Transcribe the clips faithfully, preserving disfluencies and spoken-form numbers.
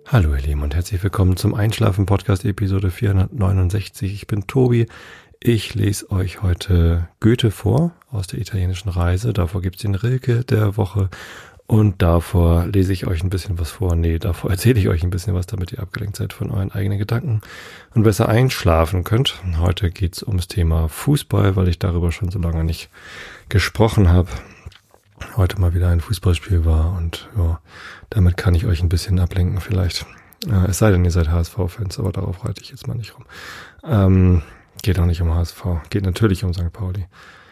Hallo ihr Lieben und herzlich willkommen zum Einschlafen-Podcast Episode vierhundertneunundsechzig. Ich bin Tobi. Ich lese euch heute Goethe vor aus der italienischen Reise. Davor gibt's den Rilke der Woche und davor lese ich euch ein bisschen was vor. Nee, davor erzähle ich euch ein bisschen was, damit ihr abgelenkt seid von euren eigenen Gedanken und besser einschlafen könnt. Heute geht's ums Thema Fußball, weil ich darüber schon so lange nicht gesprochen habe. Heute mal wieder ein Fußballspiel war und ja, damit kann ich euch ein bisschen ablenken vielleicht. Äh, es sei denn, ihr seid H S V-Fans, aber darauf reite ich jetzt mal nicht rum. Ähm, geht auch nicht um H S V, geht natürlich um Sankt Pauli.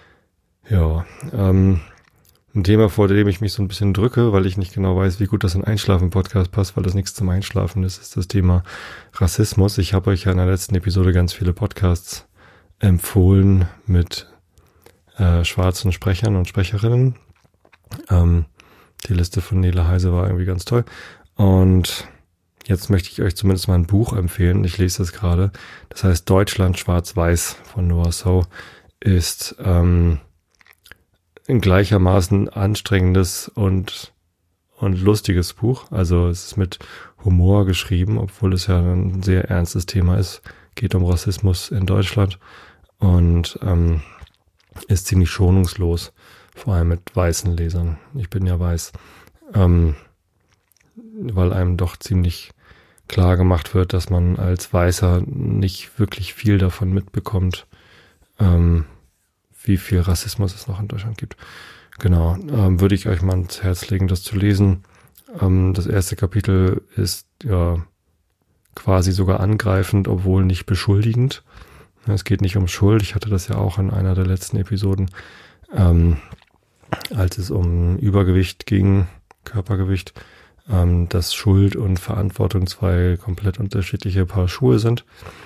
Ja, ähm, ein Thema, vor dem ich mich so ein bisschen drücke, weil ich nicht genau weiß, wie gut das in Einschlafen-Podcast passt, weil das nichts zum Einschlafen ist, ist das Thema Rassismus. Ich habe euch ja in der letzten Episode ganz viele Podcasts empfohlen mit äh, schwarzen Sprechern und Sprecherinnen. Ähm, die Liste von Nele Heise war irgendwie ganz toll. Und jetzt möchte ich euch zumindest mal ein Buch empfehlen. Ich lese das gerade. Das heißt Deutschland schwarz-weiß von Noah So. Ist ähm, ein gleichermaßen anstrengendes und und lustiges Buch. Also es ist mit Humor geschrieben, obwohl es ja ein sehr ernstes Thema ist. Geht um Rassismus in Deutschland und ähm, ist ziemlich schonungslos. Vor allem mit weißen Lesern. Ich bin ja weiß. Ähm, weil einem doch ziemlich klar gemacht wird, dass man als Weißer nicht wirklich viel davon mitbekommt, ähm, wie viel Rassismus es noch in Deutschland gibt. Genau, ähm, würde ich euch mal ans Herz legen, das zu lesen. Ähm, das erste Kapitel ist ja quasi sogar angreifend, obwohl nicht beschuldigend. Es geht nicht um Schuld. Ich hatte das ja auch in einer der letzten Episoden. Ähm, als es um Übergewicht ging, Körpergewicht, ähm, dass Schuld und Verantwortung zwei komplett unterschiedliche Paar Schuhe sind.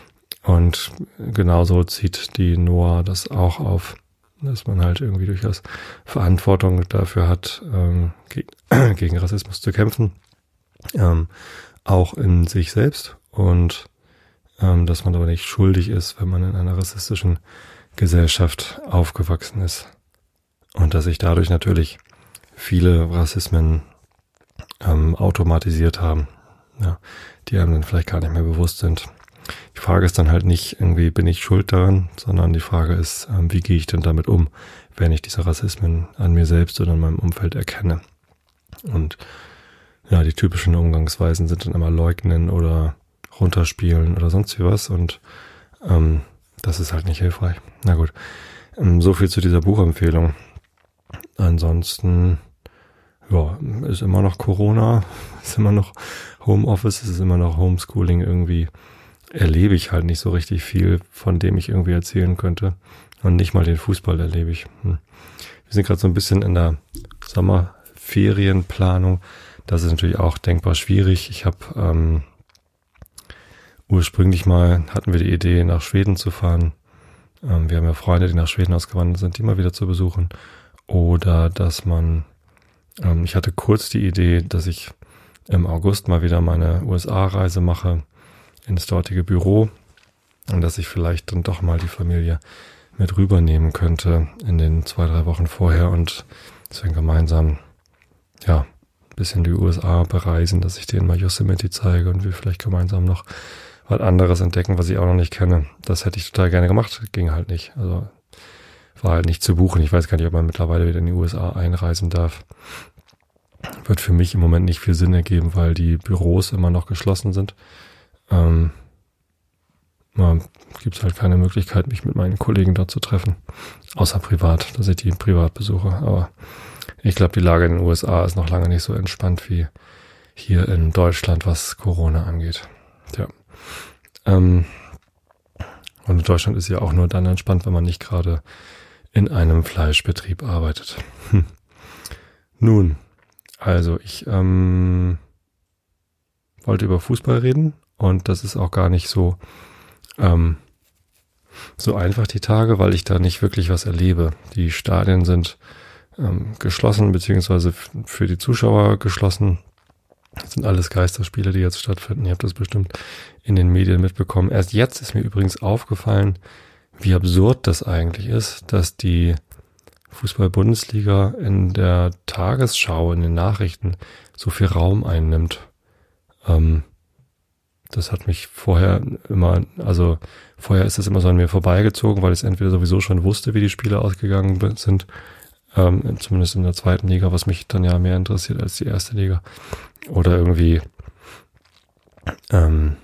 Und genauso zieht die Noah das auch auf, dass man halt irgendwie durchaus Verantwortung dafür hat, ähm, ge- gegen Rassismus zu kämpfen, ähm, auch in sich selbst und ähm, dass man aber nicht schuldig ist, wenn man in einer rassistischen Gesellschaft aufgewachsen ist. Und dass sich dadurch natürlich viele Rassismen ähm, automatisiert haben, ja, die einem dann vielleicht gar nicht mehr bewusst sind. Die Frage ist dann halt nicht irgendwie, bin ich schuld daran, sondern die Frage ist, ähm, wie gehe ich denn damit um, wenn ich diese Rassismen an mir selbst oder in meinem Umfeld erkenne. Und ja, die typischen Umgangsweisen sind dann immer leugnen oder runterspielen oder sonst wie was und ähm, das ist halt nicht hilfreich. Na gut, ähm, so viel zu dieser Buchempfehlung. Ansonsten, ja, ist immer noch Corona, ist immer noch Homeoffice, ist immer noch Homeschooling. Irgendwie erlebe ich halt nicht so richtig viel, von dem ich irgendwie erzählen könnte. Und nicht mal den Fußball erlebe ich. Hm. Wir sind gerade so ein bisschen in der Sommerferienplanung. Das ist natürlich auch denkbar schwierig. Ich habe ähm, ursprünglich mal, hatten wir die Idee, nach Schweden zu fahren. Ähm, wir haben ja Freunde, die nach Schweden ausgewandert sind, die mal wieder zu besuchen. Oder dass man, ähm, ich hatte kurz die Idee, dass ich im August mal wieder meine U S A-Reise mache ins dortige Büro und dass ich vielleicht dann doch mal die Familie mit rübernehmen könnte in den zwei, drei Wochen vorher und deswegen gemeinsam, ja, ein bisschen die U S A bereisen, dass ich denen mal Yosemite zeige und wir vielleicht gemeinsam noch was anderes entdecken, was ich auch noch nicht kenne. Das hätte ich total gerne gemacht, ging halt nicht, also war halt nicht zu buchen. Ich weiß gar nicht, ob man mittlerweile wieder in die U S A einreisen darf. Wird für mich im Moment nicht viel Sinn ergeben, weil die Büros immer noch geschlossen sind. Ähm, ja, gibt es halt keine Möglichkeit, mich mit meinen Kollegen dort zu treffen. Außer privat, dass ich die privat besuche. Aber ich glaube, die Lage in den U S A ist noch lange nicht so entspannt wie hier in Deutschland, was Corona angeht. Tja. Ähm, und in Deutschland ist ja auch nur dann entspannt, wenn man nicht gerade in einem Fleischbetrieb arbeitet. Hm. Nun, also ich ähm, wollte über Fußball reden und das ist auch gar nicht so ähm, so einfach die Tage, weil ich da nicht wirklich was erlebe. Die Stadien sind ähm, geschlossen, beziehungsweise f- für die Zuschauer geschlossen. Das sind alles Geisterspiele, die jetzt stattfinden. Ihr habt das bestimmt in den Medien mitbekommen. Erst jetzt ist mir übrigens aufgefallen, wie absurd das eigentlich ist, dass die Fußball-Bundesliga in der Tagesschau, in den Nachrichten so viel Raum einnimmt. Ähm, das hat mich vorher immer, also vorher ist es immer so an mir vorbeigezogen, weil ich entweder sowieso schon wusste, wie die Spiele ausgegangen sind, ähm, zumindest in der zweiten Liga, was mich dann ja mehr interessiert als die erste Liga. Oder irgendwie, ähm,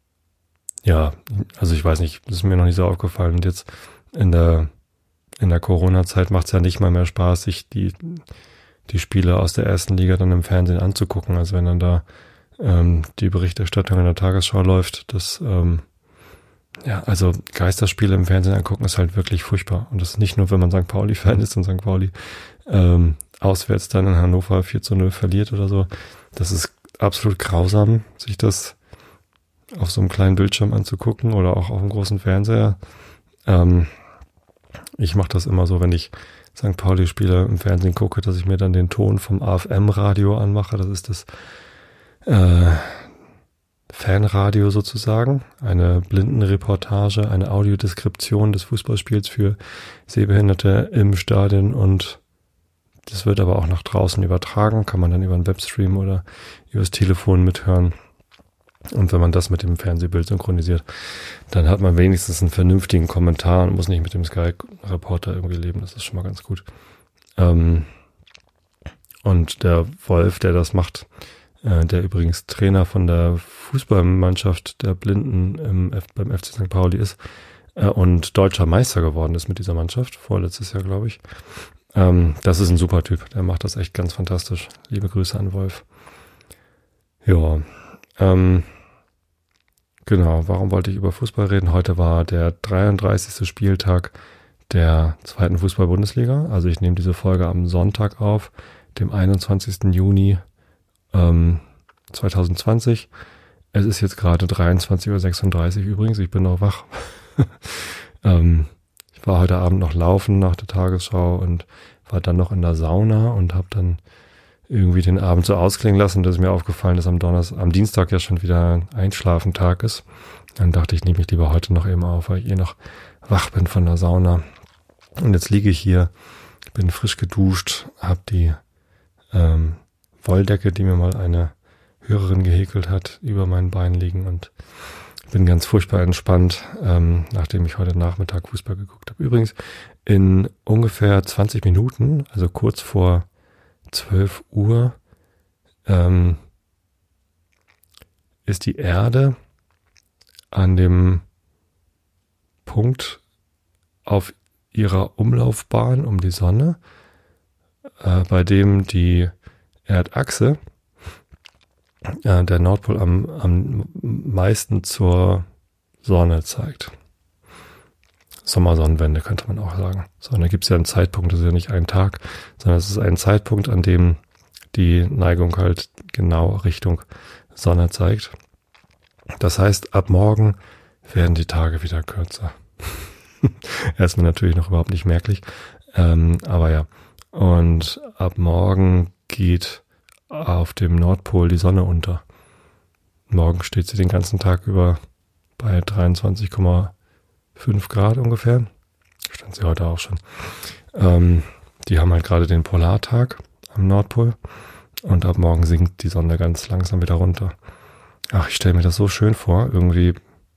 ja, also ich weiß nicht, das ist mir noch nicht so aufgefallen. Und jetzt in der in der Corona-Zeit macht es ja nicht mal mehr Spaß, sich die die Spiele aus der ersten Liga dann im Fernsehen anzugucken. Also wenn dann da ähm, die Berichterstattung in der Tagesschau läuft, das ähm, ja, also Geisterspiele im Fernsehen angucken ist halt wirklich furchtbar. Und das ist nicht nur, wenn man Sankt Pauli-Fan ist und Sankt Pauli ähm, auswärts dann in Hannover vier zu null verliert oder so. Das ist absolut grausam, sich das auf so einem kleinen Bildschirm anzugucken oder auch auf einem großen Fernseher. Ähm, ich mache das immer so, wenn ich Sankt Pauli-Spiele im Fernsehen gucke, dass ich mir dann den Ton vom A F M-Radio anmache. Das ist das äh, Fanradio sozusagen, eine Blindenreportage, eine Audiodeskription des Fußballspiels für Sehbehinderte im Stadion, und das wird aber auch nach draußen übertragen, kann man dann über einen Webstream oder übers Telefon mithören. Und wenn man das mit dem Fernsehbild synchronisiert, dann hat man wenigstens einen vernünftigen Kommentar und muss nicht mit dem Sky-Reporter irgendwie leben. Das ist schon mal ganz gut. Ähm, und der Wolf, der das macht, äh, der übrigens Trainer von der Fußballmannschaft der Blinden im F- beim F C Sankt Pauli ist äh, und deutscher Meister geworden ist mit dieser Mannschaft, vorletztes Jahr, glaube ich. Ähm, das ist ein super Typ. Der macht das echt ganz fantastisch. Liebe Grüße an Wolf. Ja, ähm, genau, warum wollte ich über Fußball reden? Heute war der dreiunddreißigste Spieltag der zweiten Fußball-Bundesliga. Also ich nehme diese Folge am Sonntag auf, dem einundzwanzigsten Juni ähm, zweitausendzwanzig. Es ist jetzt gerade dreiundzwanzig Uhr sechsunddreißig übrigens, ich bin noch wach. ähm, ich war heute Abend noch laufen nach der Tagesschau und war dann noch in der Sauna und habe dann irgendwie den Abend so ausklingen lassen, dass mir aufgefallen ist, am Donnerstag, am Dienstag ja schon wieder Einschlafentag ist. Dann dachte ich, nehme ich lieber heute noch eben auf, weil ich eh noch wach bin von der Sauna. Und jetzt liege ich hier, bin frisch geduscht, habe die ähm, Wolldecke, die mir mal eine Hörerin gehäkelt hat, über meinen Beinen liegen und bin ganz furchtbar entspannt, ähm, nachdem ich heute Nachmittag Fußball geguckt habe. Übrigens, in ungefähr zwanzig Minuten, also kurz vor zwölf Uhr, ähm, ist die Erde an dem Punkt auf ihrer Umlaufbahn um die Sonne, äh, bei dem die Erdachse, äh, der Nordpol am, am meisten zur Sonne zeigt. Sommersonnenwende könnte man auch sagen. So, und da gibt es ja einen Zeitpunkt, das ist ja nicht ein Tag, sondern es ist ein Zeitpunkt, an dem die Neigung halt genau Richtung Sonne zeigt. Das heißt, ab morgen werden die Tage wieder kürzer. Erstmal natürlich noch überhaupt nicht merklich, ähm, aber ja. Und ab morgen geht auf dem Nordpol die Sonne unter. Morgen steht sie den ganzen Tag über bei dreiundzwanzig Komma fünf Grad ungefähr. Stand sie heute auch schon. Ähm, die haben halt gerade den Polartag am Nordpol und ab morgen sinkt die Sonne ganz langsam wieder runter. Ach, ich stelle mir das so schön vor. Irgendwie,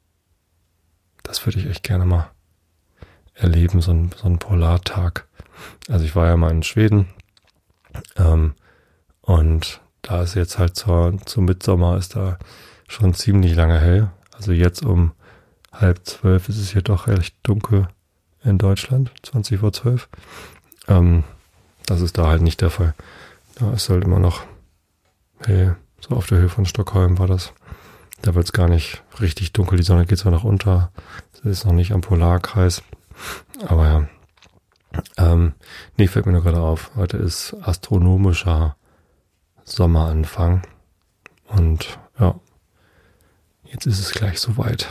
das würde ich echt gerne mal erleben, so ein, so ein Polartag. Also ich war ja mal in Schweden ähm, und da ist jetzt halt zur, zum Mitsommer ist da schon ziemlich lange hell. Also jetzt um halb zwölf ist es hier doch recht dunkel in Deutschland, zwanzig vor zwölf. Ähm, das ist da halt nicht der Fall. Da ist halt immer noch hell, so auf der Höhe von Stockholm war das. Da wird es gar nicht richtig dunkel, die Sonne geht zwar noch unter, es ist noch nicht am Polarkreis, aber ja. Ähm, nee, fällt mir nur gerade auf, heute ist astronomischer Sommeranfang und ja, jetzt ist es gleich soweit.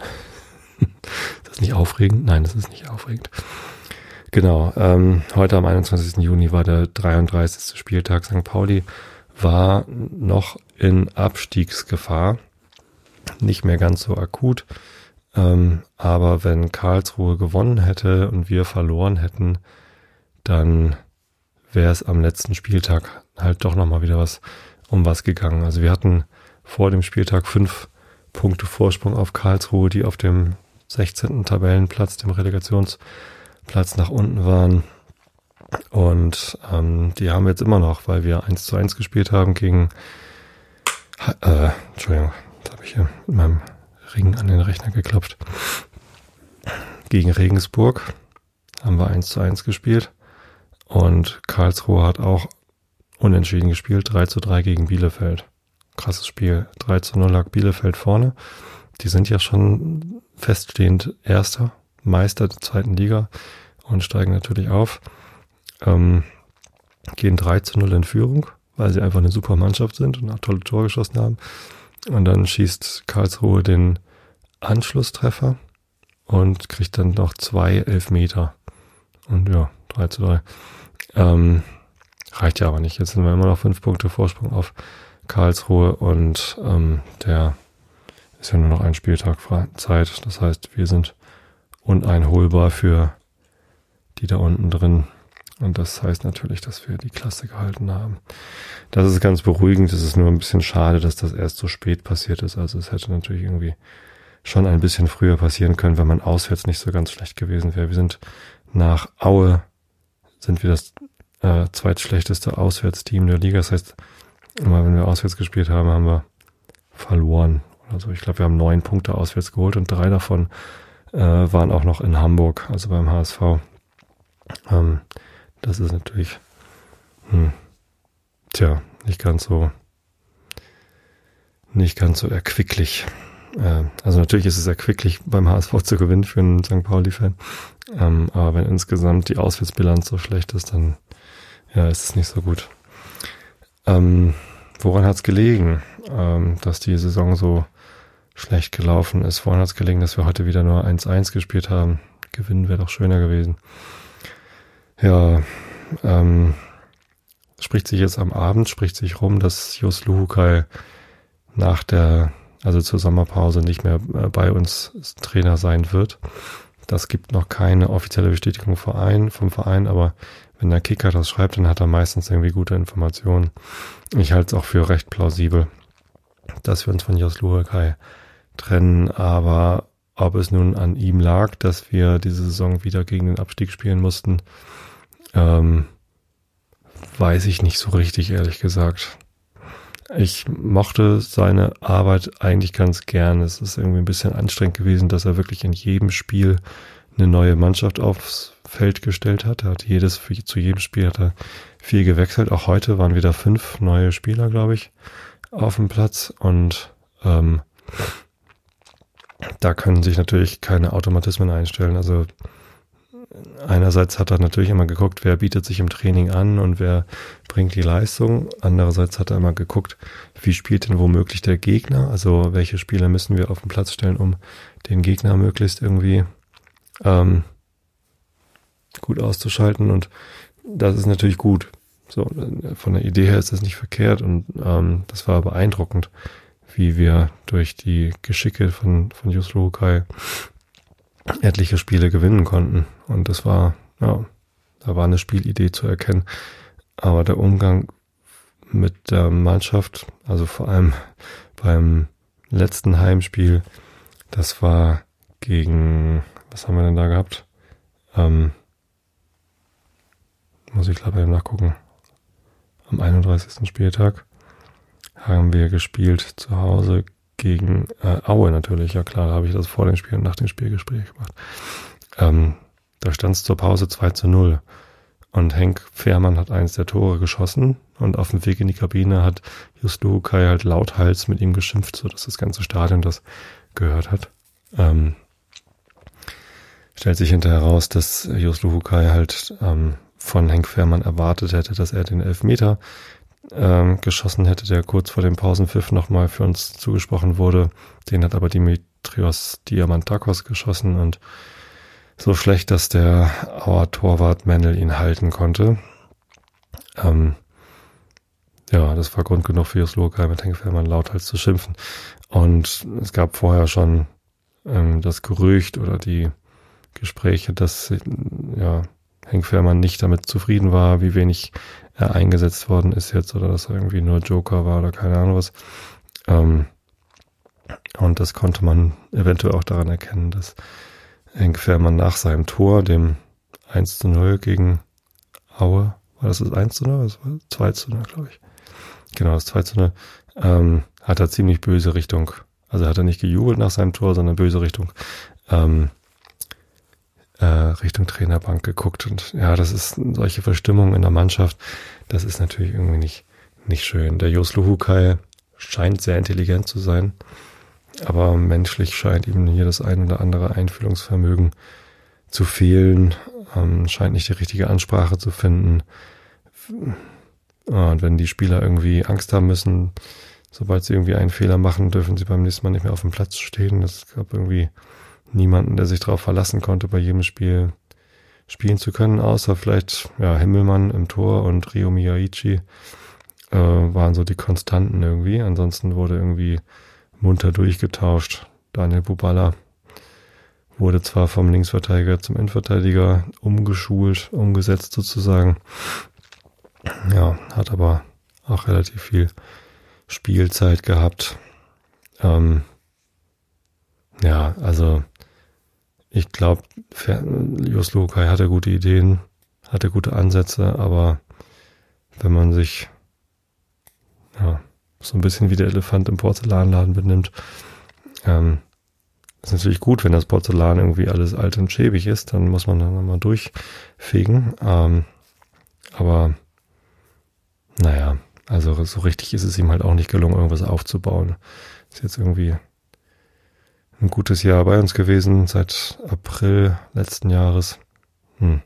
Ist das nicht aufregend? Nein, das ist nicht aufregend. Genau, ähm, heute am einundzwanzigsten Juni war der dreiunddreißigste Spieltag. Sankt Pauli war noch in Abstiegsgefahr. Nicht mehr ganz so akut. Ähm, aber wenn Karlsruhe gewonnen hätte und wir verloren hätten, dann wäre es am letzten Spieltag halt doch nochmal wieder was um was gegangen. Also wir hatten vor dem Spieltag fünf Punkte Vorsprung auf Karlsruhe, die auf dem sechzehnten Tabellenplatz, dem Relegationsplatz nach unten waren. Und ähm, die haben wir jetzt immer noch, weil wir eins zu eins gespielt haben gegen, äh, Entschuldigung, da habe ich hier mit meinem Ring an den Rechner geklopft. Gegen Regensburg haben wir eins zu eins gespielt. Und Karlsruhe hat auch unentschieden gespielt, drei zu drei gegen Bielefeld. Krasses Spiel. drei zu null lag Bielefeld vorne. Die sind ja schon feststehend Erster, Meister der zweiten Liga und steigen natürlich auf. Ähm, gehen drei zu null in Führung, weil sie einfach eine super Mannschaft sind und auch tolle Tore geschossen haben. Und dann schießt Karlsruhe den Anschlusstreffer und kriegt dann noch zwei Elfmeter. Und ja, drei zu drei. Ähm, reicht ja aber nicht. Jetzt sind wir immer noch fünf Punkte Vorsprung auf Karlsruhe und ähm, der ist ja nur noch ein Spieltag Zeit. Das heißt, wir sind uneinholbar für die da unten drin. Und das heißt natürlich, dass wir die Klasse gehalten haben. Das ist ganz beruhigend. Es ist nur ein bisschen schade, dass das erst so spät passiert ist. Also es hätte natürlich irgendwie schon ein bisschen früher passieren können, wenn man auswärts nicht so ganz schlecht gewesen wäre. Wir sind nach Aue, sind wir das äh, zweitschlechteste Auswärtsteam der Liga. Das heißt, immer wenn wir auswärts gespielt haben, haben wir verloren. Also ich glaube, wir haben neun Punkte auswärts geholt und drei davon äh, waren auch noch in Hamburg, also beim H S V. Ähm, das ist natürlich, hm, tja, nicht ganz so, nicht ganz so erquicklich. Äh, also natürlich ist es erquicklich, beim H S V zu gewinnen für einen Sankt Pauli-Fan. Ähm, aber wenn insgesamt die Auswärtsbilanz so schlecht ist, dann ja, ist es nicht so gut. Ähm, woran hat es gelegen, ähm, dass die Saison so schlecht gelaufen ist? Woran hat es gelegen, dass wir heute wieder nur eins eins gespielt haben? Gewinnen wäre doch schöner gewesen. Ja, ähm, spricht sich jetzt am Abend, spricht sich rum, dass Jos Luhukay nach der, also zur Sommerpause nicht mehr bei uns Trainer sein wird. Das gibt noch keine offizielle Bestätigung Verein, vom Verein, aber wenn der Kicker das schreibt, dann hat er meistens irgendwie gute Informationen. Ich halte es auch für recht plausibel, dass wir uns von Jos Luhukay trennen, aber ob es nun an ihm lag, dass wir diese Saison wieder gegen den Abstieg spielen mussten, ähm, weiß ich nicht so richtig, ehrlich gesagt. Ich mochte seine Arbeit eigentlich ganz gern. Es ist irgendwie ein bisschen anstrengend gewesen, dass er wirklich in jedem Spiel eine neue Mannschaft aufs Feld gestellt hat. Er hat jedes, zu jedem Spiel hat er viel gewechselt. Auch heute waren wieder fünf neue Spieler, glaube ich, auf dem Platz. Und ähm, da können sich natürlich keine Automatismen einstellen. Also einerseits hat er natürlich immer geguckt, wer bietet sich im Training an und wer bringt die Leistung. Andererseits hat er immer geguckt, wie spielt denn womöglich der Gegner. Also welche Spieler müssen wir auf den Platz stellen, um den Gegner möglichst irgendwie ähm, gut auszuschalten. Und das ist natürlich gut. So, von der Idee her ist das nicht verkehrt und ähm, das war beeindruckend, wie wir durch die Geschicke von von Jos Luhukay etliche Spiele gewinnen konnten. Und das war, ja, da war eine Spielidee zu erkennen. Aber der Umgang mit der Mannschaft, also vor allem beim letzten Heimspiel, das war gegen, was haben wir denn da gehabt? Ähm, muss ich glaube eben nachgucken. Am einunddreißigsten Spieltag haben wir gespielt zu Hause gegen äh, Aue natürlich, ja klar, da habe ich das vor dem Spiel und nach dem Spielgespräch gemacht. Ähm, da stand es zur Pause zwei zu null und Henk Fehrmann hat eins der Tore geschossen und auf dem Weg in die Kabine hat Jos Luhukay halt lauthals mit ihm geschimpft, sodass das ganze Stadion das gehört hat. Ähm, stellt sich hinterher raus, dass Jos Luhukay halt ähm, von Henk Fehrmann erwartet hätte, dass er den Elfmeter Ähm, geschossen hätte, der kurz vor dem Pausenpfiff nochmal für uns zugesprochen wurde. Den hat aber Dimitrios Diamantakos geschossen und so schlecht, dass der Auer Torwart Mendel ihn halten konnte. Ähm, ja, das war Grund genug für Jos Luhukay mit Henk Fehrmann lauthals zu schimpfen. Und es gab vorher schon ähm, das Gerücht oder die Gespräche, dass ja Henk Fehrmann nicht damit zufrieden war, wie wenig er eingesetzt worden ist jetzt oder dass er irgendwie nur Joker war oder keine Ahnung was. Ähm, Und das konnte man eventuell auch daran erkennen, dass Henk Fährmann nach seinem Tor, dem eins zu null gegen Aue, war das das eins zu null? Das war zwei zu null, glaube ich. Genau, das zwei zu null. Ähm, hat er ziemlich böse Richtung, also hat er nicht gejubelt nach seinem Tor, sondern böse Richtung ähm, äh, Richtung Trainerbank geguckt. Und ja, das ist solche Verstimmung in der Mannschaft, das ist natürlich irgendwie nicht, nicht schön. Der Jos Luhukay scheint sehr intelligent zu sein, aber menschlich scheint ihm hier das ein oder andere Einfühlungsvermögen zu fehlen, ähm, scheint nicht die richtige Ansprache zu finden. Und wenn die Spieler irgendwie Angst haben müssen, sobald sie irgendwie einen Fehler machen, dürfen sie beim nächsten Mal nicht mehr auf dem Platz stehen. Es gab irgendwie niemanden, der sich darauf verlassen konnte, bei jedem Spiel spielen zu können, außer vielleicht ja Himmelmann im Tor und Ryo Miyaichi äh, waren so die Konstanten irgendwie. Ansonsten wurde irgendwie munter durchgetauscht. Daniel Bubala wurde zwar vom Linksverteidiger zum Innenverteidiger umgeschult, umgesetzt sozusagen. Ja, hat aber auch relativ viel Spielzeit gehabt. Ähm, ja, also ich glaube, Jos Luhukay hatte gute Ideen, hatte gute Ansätze, aber wenn man sich ja so ein bisschen wie der Elefant im Porzellanladen benimmt, ähm, ist natürlich gut, wenn das Porzellan irgendwie alles alt und schäbig ist, dann muss man dann nochmal durchfegen. Ähm, aber naja, also so richtig ist es ihm halt auch nicht gelungen, irgendwas aufzubauen. Ist jetzt irgendwie ein gutes Jahr bei uns gewesen, seit April letzten Jahres. Hm.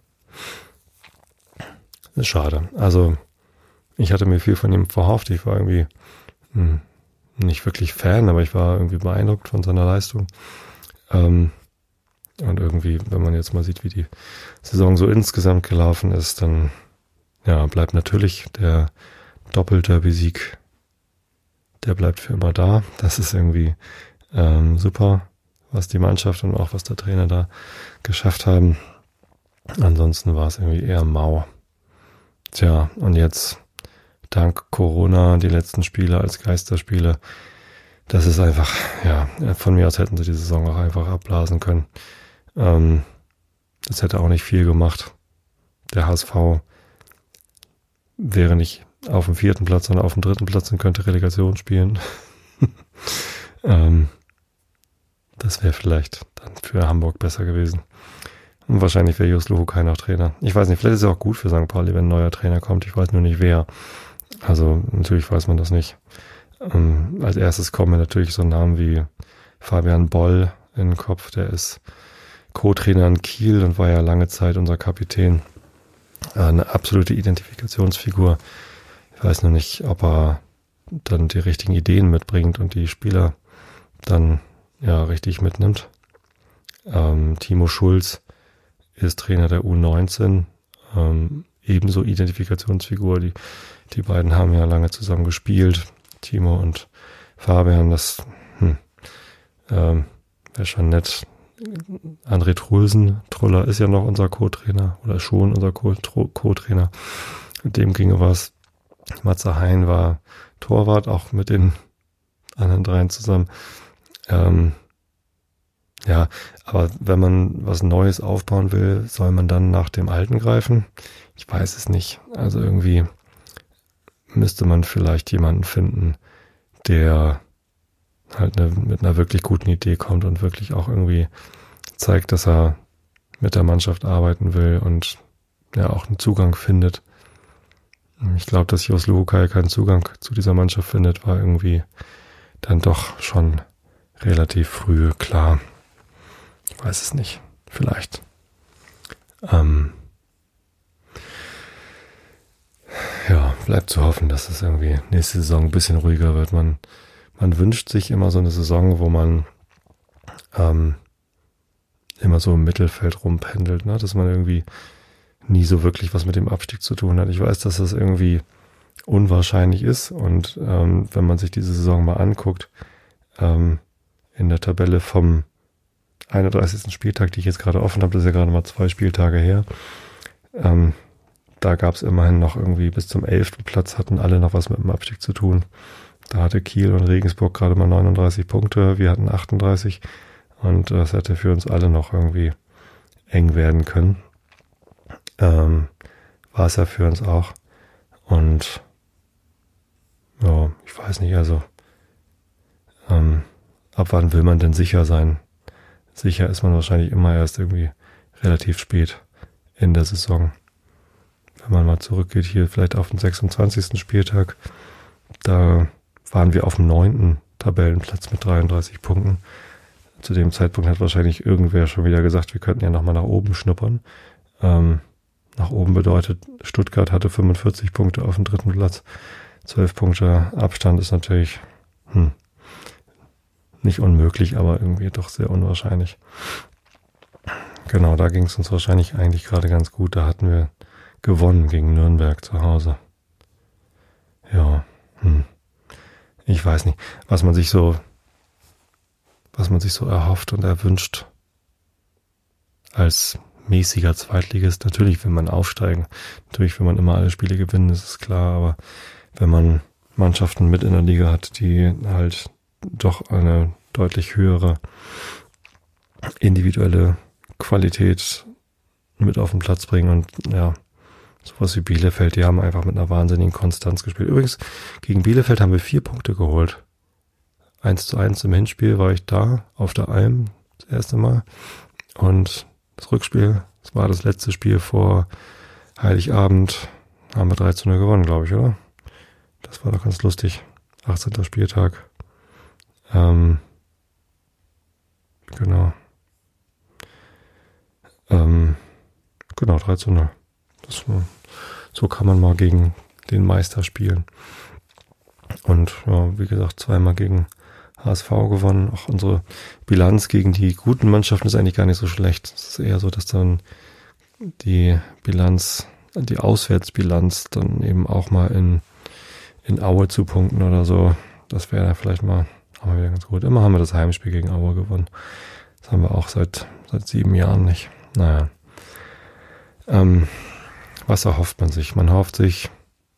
Ist schade. Also ich hatte mir viel von ihm verhofft. Ich war irgendwie hm, nicht wirklich Fan, aber ich war irgendwie beeindruckt von seiner Leistung. Ähm, und irgendwie, wenn man jetzt mal sieht, wie die Saison so insgesamt gelaufen ist, dann ja, bleibt natürlich der Doppelderby-Sieg, der bleibt für immer da. Das ist irgendwie ähm, super, was die Mannschaft und auch was der Trainer da geschafft haben. Ansonsten war es irgendwie eher mau. Tja, und jetzt dank Corona die letzten Spiele als Geisterspiele. Das ist einfach, ja, von mir aus hätten sie die Saison auch einfach abblasen können. Ähm, das hätte auch nicht viel gemacht. Der H S V wäre nicht auf dem vierten Platz, sondern auf dem dritten Platz und könnte Relegation spielen. ähm, das wäre vielleicht dann für Hamburg besser gewesen. Und wahrscheinlich wäre Jos Luhukay noch Trainer. Ich weiß nicht, vielleicht ist es auch gut für Sankt Pauli, wenn ein neuer Trainer kommt. Ich weiß nur nicht wer. Also natürlich weiß man das nicht. Ähm, als erstes kommen mir natürlich so Namen wie Fabian Boll in den Kopf. Der ist Co-Trainer in Kiel und war ja lange Zeit unser Kapitän. Eine absolute Identifikationsfigur. Ich weiß nur nicht, ob er dann die richtigen Ideen mitbringt und die Spieler dann ja richtig mitnimmt. Ähm, Timo Schulz ist Trainer der U neunzehn, ähm, ebenso Identifikationsfigur. Die, die beiden haben ja lange zusammen gespielt, Timo und Fabian. Das hm, ähm, wäre schon nett. André Trulsen, Truller ist ja noch unser Co-Trainer oder schon unser Co-Trainer. Mit dem ginge was. Matze Hein war Torwart, auch mit den anderen dreien zusammen. Ähm, ja, aber wenn man was Neues aufbauen will, soll man dann nach dem Alten greifen? Ich weiß es nicht. Also irgendwie müsste man vielleicht jemanden finden, der halt eine, mit einer wirklich guten Idee kommt und wirklich auch irgendwie zeigt, dass er mit der Mannschaft arbeiten will und ja auch einen Zugang findet. Ich glaube, dass Jos Luhukay keinen Zugang zu dieser Mannschaft findet, war irgendwie dann doch schon relativ früh klar. Ich weiß es nicht. Vielleicht. Ähm ja, bleibt zu hoffen, dass es irgendwie nächste Saison ein bisschen ruhiger wird. Man Man wünscht sich immer so eine Saison, wo man ähm, immer so im Mittelfeld rumpendelt, ne? Dass man irgendwie nie so wirklich was mit dem Abstieg zu tun hat. Ich weiß, dass das irgendwie unwahrscheinlich ist und ähm, wenn man sich diese Saison mal anguckt, ähm, in der Tabelle vom einunddreißigsten Spieltag, die ich jetzt gerade offen habe, das ist ja gerade mal zwei Spieltage her, ähm, da gab es immerhin noch irgendwie bis zum elften Platz hatten alle noch was mit dem Abstieg zu tun. Da hatte Kiel und Regensburg gerade mal neununddreißig Punkte, wir hatten achtunddreißig und das hätte für uns alle noch irgendwie eng werden können. Ähm, war es ja für uns auch. Und ja, ich weiß nicht, also ähm, ab wann will man denn sicher sein? Sicher ist man wahrscheinlich immer erst irgendwie relativ spät in der Saison. Wenn man mal zurückgeht, hier vielleicht auf den sechsundzwanzigsten Spieltag, da waren wir auf dem neunten Tabellenplatz mit dreiunddreißig Punkten. Zu dem Zeitpunkt hat wahrscheinlich irgendwer schon wieder gesagt, wir könnten ja nochmal nach oben schnuppern. Ähm, nach oben bedeutet, Stuttgart hatte fünfundvierzig Punkte auf dem dritten Platz. zwölf Punkte Abstand ist natürlich hm, nicht unmöglich, aber irgendwie doch sehr unwahrscheinlich. Genau, da ging es uns wahrscheinlich eigentlich gerade ganz gut. Da hatten wir gewonnen gegen Nürnberg zu Hause. Ja, hm. Ich weiß nicht, was man sich so, was man sich so erhofft und erwünscht als mäßiger Zweitligist. Natürlich will man aufsteigen, natürlich will man immer alle Spiele gewinnen, das ist klar, aber wenn man Mannschaften mit in der Liga hat, die halt doch eine deutlich höhere individuelle Qualität mit auf den Platz bringen und ja, sowas wie Bielefeld, die haben einfach mit einer wahnsinnigen Konstanz gespielt. Übrigens, gegen Bielefeld haben wir vier Punkte geholt. Eins zu eins im Hinspiel war ich da, auf der Alm, das erste Mal. Und das Rückspiel, das war das letzte Spiel vor Heiligabend, haben wir drei zu null gewonnen, glaube ich, oder? Das war doch ganz lustig. achtzehnter Spieltag. Ähm, genau. Ähm, genau, drei zu null. Das, so kann man mal gegen den Meister spielen. Und ja, wie gesagt, zweimal gegen H S V gewonnen. Auch unsere Bilanz gegen die guten Mannschaften ist eigentlich gar nicht so schlecht. Es ist eher so, dass dann die Bilanz, die Auswärtsbilanz dann eben auch mal in, in Aue zu punkten oder so. Das wäre vielleicht mal auch mal wieder ganz gut. Immer haben wir das Heimspiel gegen Aue gewonnen. Das haben wir auch seit, seit sieben Jahren nicht. Naja. Ähm, was erhofft man sich? Man erhofft sich,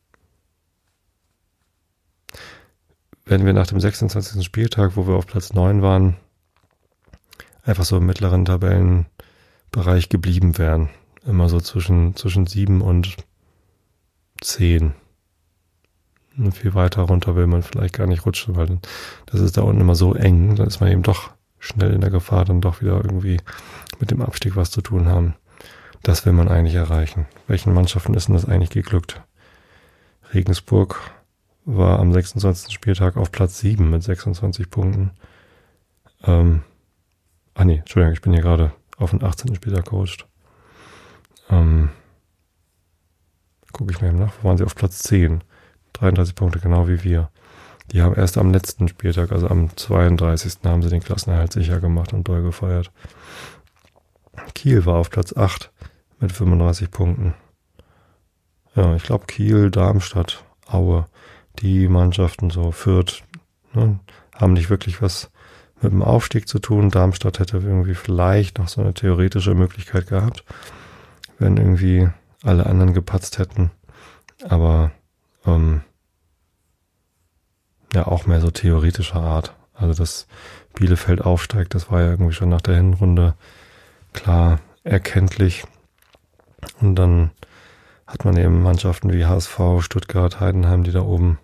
wenn wir nach dem sechsundzwanzigsten Spieltag, wo wir auf Platz neun waren, einfach so im mittleren Tabellenbereich geblieben wären. Immer so zwischen, zwischen sieben und zehn. Und viel weiter runter will man vielleicht gar nicht rutschen, weil das ist da unten immer so eng, dann ist man eben doch schnell in der Gefahr, dann doch wieder irgendwie mit dem Abstieg was zu tun haben. Das will man eigentlich erreichen. Welchen Mannschaften ist denn das eigentlich geglückt? Regensburg war am sechsundzwanzigsten Spieltag auf Platz sieben mit sechsundzwanzig Punkten. Ähm, ah nee, Entschuldigung, ich bin hier gerade auf den achtzehnten Spieltag gerutscht. Ähm, gucke ich mir eben nach, wo waren sie auf Platz zehn? dreiunddreißig Punkte, genau wie wir. Die haben erst am letzten Spieltag, also am zweiunddreißigsten haben sie den Klassenerhalt sicher gemacht und doll gefeiert. Kiel war auf Platz acht mit fünfunddreißig Punkten. Ja, ich glaube Kiel, Darmstadt, Aue, die Mannschaften so, Fürth, ne, haben nicht wirklich was mit dem Aufstieg zu tun. Darmstadt hätte irgendwie vielleicht noch so eine theoretische Möglichkeit gehabt, wenn irgendwie alle anderen gepatzt hätten. Aber ähm, ja, auch mehr so theoretischer Art. Also dass Bielefeld aufsteigt, das war ja irgendwie schon nach der Hinrunde klar erkenntlich. Und dann hat man eben Mannschaften wie H S V, Stuttgart, Heidenheim, die da oben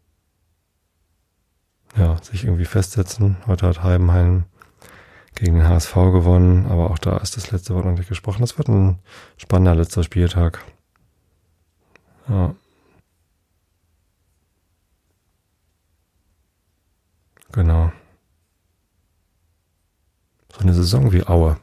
ja sich irgendwie festsetzen. Heute hat Heidenheim gegen den H S V gewonnen, aber auch da ist das letzte Wort noch nicht gesprochen. Das wird ein spannender letzter Spieltag. Ja. Genau. So eine Saison wie Aue.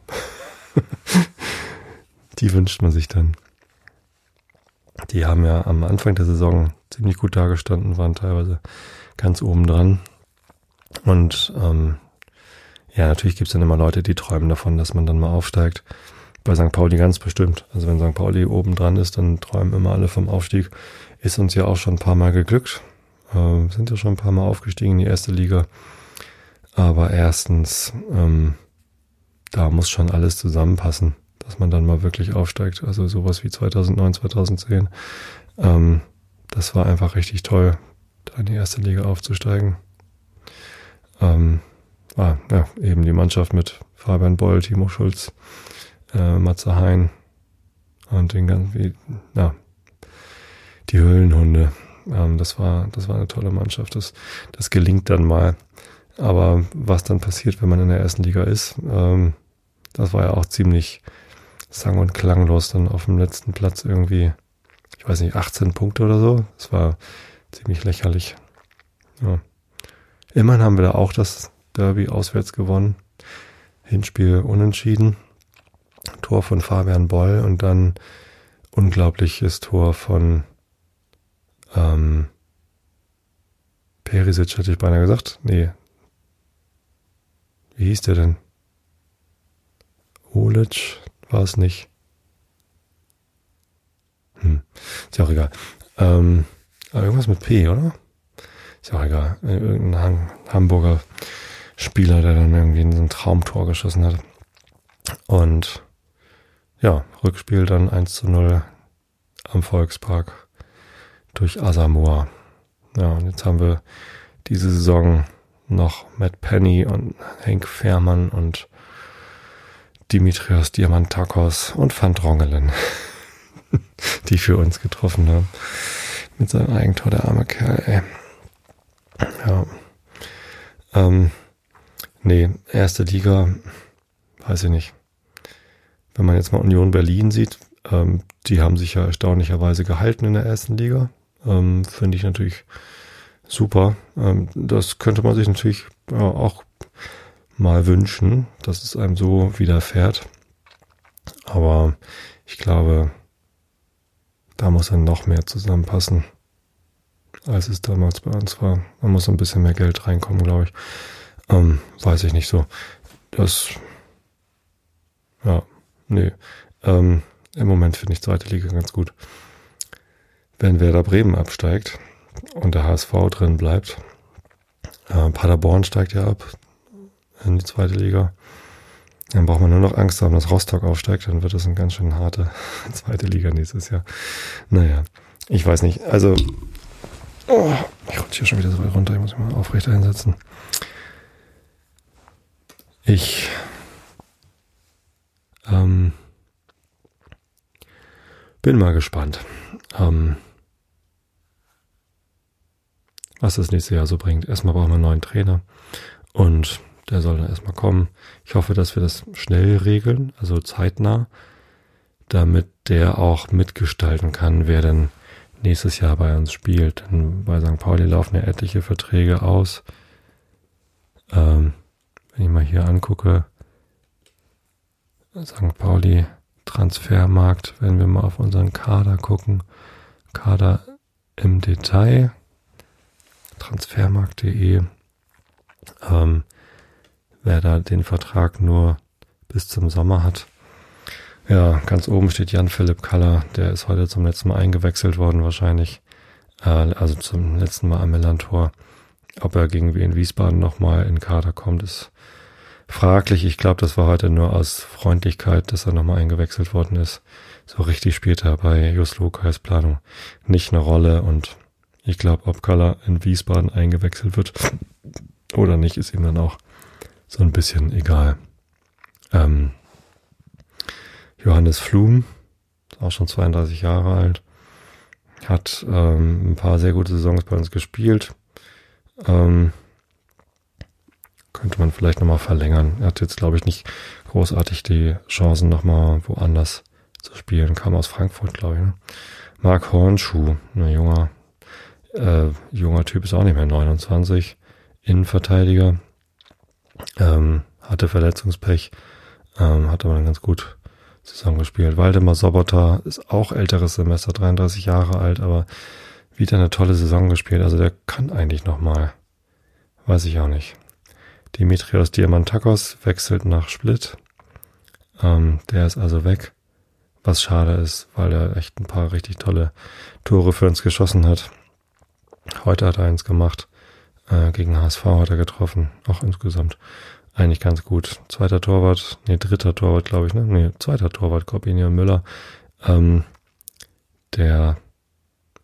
Die wünscht man sich dann. Die haben ja am Anfang der Saison ziemlich gut dagestanden, waren teilweise ganz oben dran. Und ähm, ja, natürlich gibt es dann immer Leute, die träumen davon, dass man dann mal aufsteigt. Bei Sankt Pauli ganz bestimmt. Also wenn Sankt Pauli oben dran ist, dann träumen immer alle vom Aufstieg. Ist uns ja auch schon ein paar Mal geglückt. Äh, sind ja schon ein paar Mal aufgestiegen in die erste Liga. Aber erstens, ähm, da muss schon alles zusammenpassen, dass man dann mal wirklich aufsteigt. Also sowas wie zweitausendneun, zweitausendzehn. Ähm, das war einfach richtig toll. da in die erste Liga aufzusteigen. Ähm, war ja, eben die Mannschaft mit Fabian Boll, Timo Schulz, äh, Matze Hein und den ganzen, wie, ja, die Höhlenhunde. Ähm, das war, das war eine tolle Mannschaft. Das, das gelingt dann mal. Aber was dann passiert, wenn man in der ersten Liga ist, ähm, das war ja auch ziemlich sang- und klanglos dann auf dem letzten Platz irgendwie, ich weiß nicht, achtzehn Punkte oder so. Das war ziemlich lächerlich. Ja. Immerhin haben wir da auch das Derby auswärts gewonnen. Hinspiel unentschieden. Tor von Fabian Boll und dann unglaubliches Tor von ähm, Perisic, hätte ich beinahe gesagt. Nee. Wie hieß der denn? Olic war es nicht. Hm. Ist ja auch egal. Ähm, aber irgendwas mit P, oder? Ist ja auch egal. Irgendein Ham- Hamburger Spieler, der dann irgendwie in so ein Traumtor geschossen hat. Und ja, Rückspiel dann eins zu null am Volkspark durch Asamoah. Ja, und jetzt haben wir diese Saison noch Matt Penny und Henk Fährmann und Dimitrios Diamantakos und Van Drongelen, die für uns getroffen haben. Mit seinem Eigentor, der arme Kerl, ey. Ja. Ähm, nee, erste Liga, weiß ich nicht. Wenn man jetzt mal Union Berlin sieht, ähm, die haben sich ja erstaunlicherweise gehalten in der ersten Liga. Ähm, finde ich natürlich super. Ähm, das könnte man sich natürlich ja, auch mal wünschen, dass es einem so widerfährt. Aber ich glaube, da muss dann noch mehr zusammenpassen, als es damals bei uns war. Da muss ein bisschen mehr Geld reinkommen, glaube ich. Ähm, weiß ich nicht so. Das, ja, nee. Ähm, im Moment finde ich zweite Liga ganz gut. Wenn Werder Bremen absteigt und der H S V drin bleibt, äh, Paderborn steigt ja ab in die zweite Liga, dann braucht man nur noch Angst haben, dass Rostock aufsteigt, dann wird das eine ganz schön harte zweite Liga nächstes Jahr. Naja, ich weiß nicht. Also, oh, ich rutsche hier schon wieder so weit runter, ich muss mich mal aufrecht einsetzen. Ich ähm, bin mal gespannt, ähm, was das nächste Jahr so bringt. Erstmal brauchen wir einen neuen Trainer und der soll dann erstmal kommen. Ich hoffe, dass wir das schnell regeln, also zeitnah, damit der auch mitgestalten kann, wer denn nächstes Jahr bei uns spielt. Denn bei Sankt Pauli laufen ja etliche Verträge aus. Ähm, wenn ich mal hier angucke, Sankt Pauli Transfermarkt, wenn wir mal auf unseren Kader gucken, Kader im Detail, transfermarkt punkt de, ähm, wer da den Vertrag nur bis zum Sommer hat. Ja, ganz oben steht Jan-Philipp Kaller, der ist heute zum letzten Mal eingewechselt worden wahrscheinlich, äh, also zum letzten Mal am Millantor. Ob er gegen Wien Wiesbaden nochmal in den Kader kommt, ist fraglich. Ich glaube, das war heute nur aus Freundlichkeit, dass er nochmal eingewechselt worden ist. So richtig spielt er bei Just Lokais Planung nicht eine Rolle und ich glaube, ob Kaller in Wiesbaden eingewechselt wird oder nicht, ist ihm dann auch so ein bisschen egal. Ähm, Johannes Flum, ist auch schon zweiunddreißig Jahre alt, hat ähm, ein paar sehr gute Saisons bei uns gespielt. Ähm, könnte man vielleicht nochmal verlängern. Er hat jetzt, glaube ich, nicht großartig die Chancen, nochmal woanders zu spielen. Kam aus Frankfurt, glaube ich. Ne? Marc Hornschuh, ein junger, äh, junger Typ, ist auch nicht mehr neunundzwanzig, Innenverteidiger, ähm, hatte Verletzungspech, ähm, hat aber dann ganz gut zusammengespielt. Waldemar Sobota ist auch älteres Semester, dreiunddreißig Jahre alt, aber wieder eine tolle Saison gespielt. Also der kann eigentlich nochmal. Weiß ich auch nicht. Dimitrios Diamantakos wechselt nach Split. Ähm, der ist also weg. Was schade ist, weil er echt ein paar richtig tolle Tore für uns geschossen hat. Heute hat er eins gemacht. Äh, gegen H S V hat er getroffen. Auch insgesamt eigentlich ganz gut. Zweiter Torwart, nee, dritter Torwart, glaube ich, ne? Nee, zweiter Torwart, Corbinian Müller. Ähm, der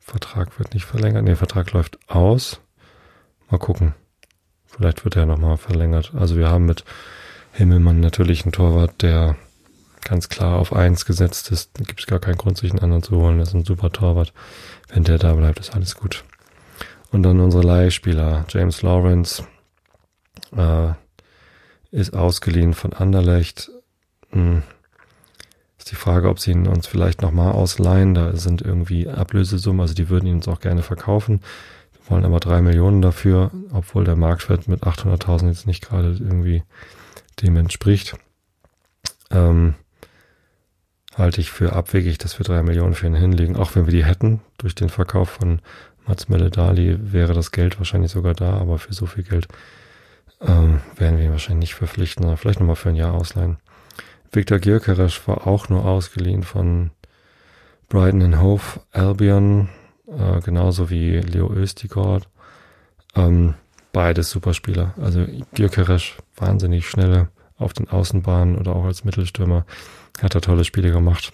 Vertrag wird nicht verlängert. Nee, Vertrag läuft aus. Mal gucken. Vielleicht wird er nochmal verlängert. Also wir haben mit Himmelmann natürlich einen Torwart, der ganz klar auf eins gesetzt ist. Da gibt es gar keinen Grund, sich einen anderen zu holen. Das ist ein super Torwart. Wenn der da bleibt, ist alles gut. Und dann unsere Leihspieler. James Lawrence äh, ist ausgeliehen von Anderlecht. Hm. Ist die Frage, ob sie ihn uns vielleicht nochmal ausleihen. Da sind irgendwie Ablösesummen, also die würden ihn uns auch gerne verkaufen. Wir wollen aber drei Millionen dafür, obwohl der Marktwert mit achthunderttausend jetzt nicht gerade irgendwie dem entspricht. Ähm, halte ich für abwegig, dass wir drei Millionen für ihn hinlegen. Auch wenn wir die hätten, durch den Verkauf von Mats Mele-Dali wäre das Geld wahrscheinlich sogar da, aber für so viel Geld ähm, werden wir ihn wahrscheinlich nicht verpflichten, sondern vielleicht nochmal für ein Jahr ausleihen. Viktor Gyökeres war auch nur ausgeliehen von Brighton and Hove Albion, äh, genauso wie Leo Østigård. Ähm, beides Superspieler. Also Gyökeres, wahnsinnig schnell auf den Außenbahnen oder auch als Mittelstürmer, hat er tolle Spiele gemacht.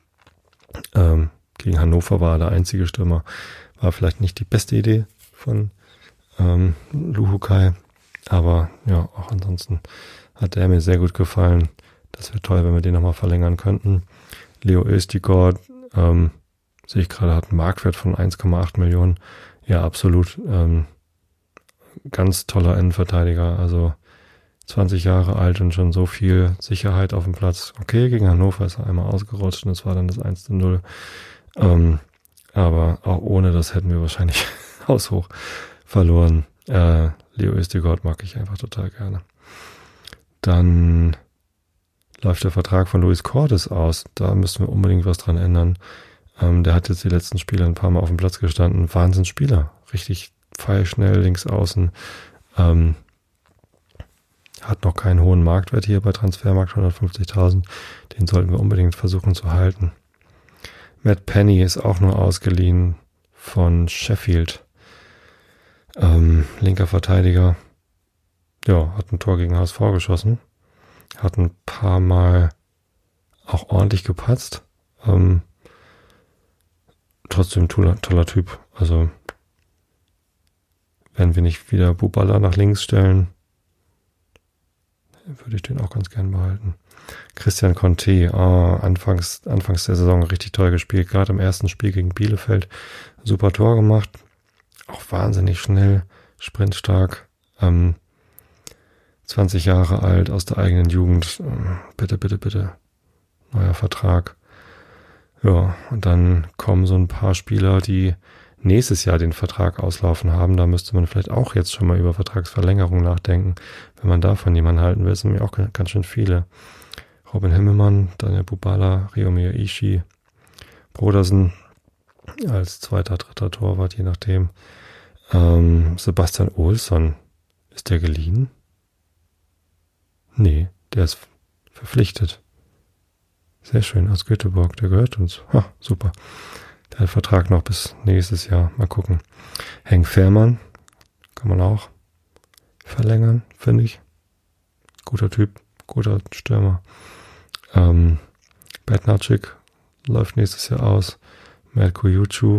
Ähm, gegen Hannover war er der einzige Stürmer. War vielleicht nicht die beste Idee von ähm, Luhukai, aber ja, auch ansonsten hat er mir sehr gut gefallen. Das wäre toll, wenn wir den nochmal verlängern könnten. Leo Østigård, ähm, sehe ich gerade, hat einen Marktwert von eins Komma acht Millionen. Ja, absolut. Ähm, ganz toller Innenverteidiger. Also zwanzig Jahre alt und schon so viel Sicherheit auf dem Platz. Okay, gegen Hannover ist er einmal ausgerutscht und das war dann das eins zu null. Ähm, aber auch ohne das hätten wir wahrscheinlich haushoch verloren. Äh, Leo Østigård mag ich einfach total gerne. Dann läuft der Vertrag von Luis Cordes aus. Da müssen wir unbedingt was dran ändern. Ähm, der hat jetzt die letzten Spiele ein paar Mal auf dem Platz gestanden. Wahnsinnsspieler. Richtig pfeilschnell links außen. Ähm, hat noch keinen hohen Marktwert hier bei Transfermarkt, hundertfünfzigtausend. Den sollten wir unbedingt versuchen zu halten. Matt Penny ist auch nur ausgeliehen von Sheffield. Ähm, linker Verteidiger. Ja, hat ein Tor gegen H S V geschossen. Hat ein paar Mal auch ordentlich gepatzt. Ähm, trotzdem toller, toller Typ. Also, wenn wir nicht wieder Bubala nach links stellen, würde ich den auch ganz gern behalten. Christian Conte, oh, anfangs, anfangs der Saison richtig toll gespielt. Gerade im ersten Spiel gegen Bielefeld super Tor gemacht. Auch wahnsinnig schnell, sprintstark. Ähm, zwanzig Jahre alt, aus der eigenen Jugend. Bitte, bitte, bitte. Neuer Vertrag. Ja, und dann kommen so ein paar Spieler, die nächstes Jahr den Vertrag auslaufen haben. Da müsste man vielleicht auch jetzt schon mal über Vertragsverlängerung nachdenken. Wenn man davon jemanden halten will, sind mir auch ganz schön viele. Robin Himmelmann, Daniel Bubala, Riomir Ishii, Brodersen als zweiter, dritter Torwart, je nachdem. Ähm, Sebastian Olsson, ist der geliehen? Nee, der ist verpflichtet. Sehr schön, aus Göteborg, der gehört uns. Ha, super. Der hat Vertrag noch bis nächstes Jahr. Mal gucken. Henk Fährmann kann man auch verlängern, finde ich. Guter Typ, guter Stürmer. Ähm, Bednarczyk läuft nächstes Jahr aus. Melko Jucu.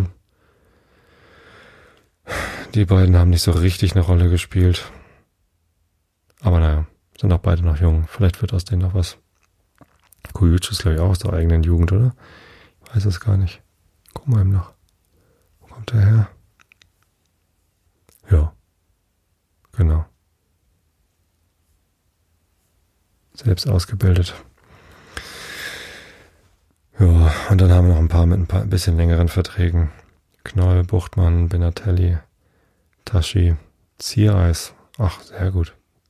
Die beiden haben nicht so richtig eine Rolle gespielt. Aber naja, sind auch beide noch jung. Vielleicht wird aus denen noch was. Kujucu ist, glaube ich, auch aus der eigenen Jugend, oder? Ich weiß es gar nicht. Gucken wir ihm noch. Wo kommt der her? Ja. Genau. Selbst ausgebildet. Ja, und dann haben wir noch ein paar mit ein paar ein bisschen längeren Verträgen. Knoll, Buchtmann, Benatelli, Tashi, Ziereis. Ach, sehr gut.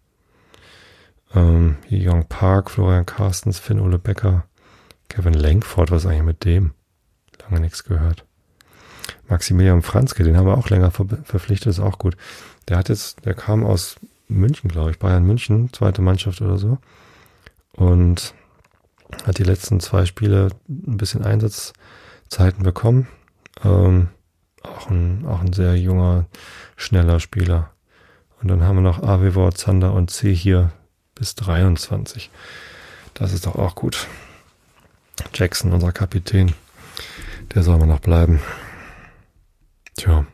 Ähm, Young Park, Florian Carstens, Finn-Ole Becker, Kevin Lenkford, was ist eigentlich mit dem? Lange nichts gehört. Maximilian Franzke, den haben wir auch länger ver- verpflichtet, ist auch gut. Der hat jetzt, der kam aus München, glaube ich, Bayern München, zweite Mannschaft oder so. Und hat die letzten zwei Spiele ein bisschen Einsatzzeiten bekommen. Ähm, auch ein, auch ein sehr junger, schneller Spieler. Und dann haben wir noch Avivor, Zander und C hier bis dreiundzwanzig. Das ist doch auch gut. Jackson, unser Kapitän, der soll mal noch bleiben. Tja.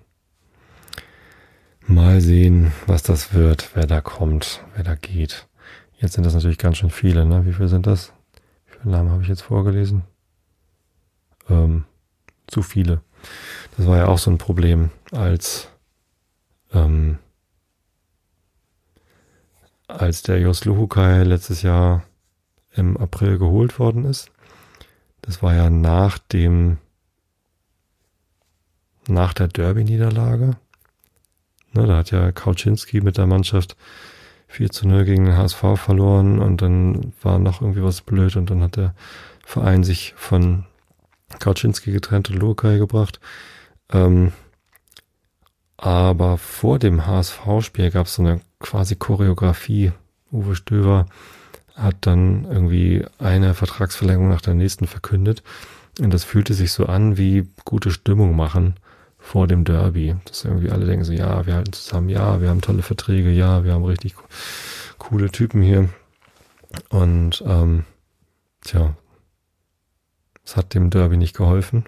Mal sehen, was das wird, wer da kommt, wer da geht. Jetzt sind das natürlich ganz schön viele, ne? Wie viele sind das? Wie viele Namen habe ich jetzt vorgelesen? Ähm, zu viele. Das war ja auch so ein Problem, als ähm, als der Jos Luhukay letztes Jahr im April geholt worden ist. Das war ja nach dem nach der Derby-Niederlage. Ne, da hat ja Kauczynski mit der Mannschaft vier zu null gegen den H S V verloren und dann war noch irgendwie was blöd und dann hat der Verein sich von Kauczynski getrennt und Luhukay gebracht. Ähm, aber vor dem H S V-Spiel gab es so eine quasi Choreografie. Uwe Stöver hat dann irgendwie eine Vertragsverlängerung nach der nächsten verkündet und das fühlte sich so an wie gute Stimmung machen vor dem Derby. Dass irgendwie alle denken so, ja, wir halten zusammen, ja, wir haben tolle Verträge, ja, wir haben richtig coole Typen hier. Und ähm, tja, es hat dem Derby nicht geholfen.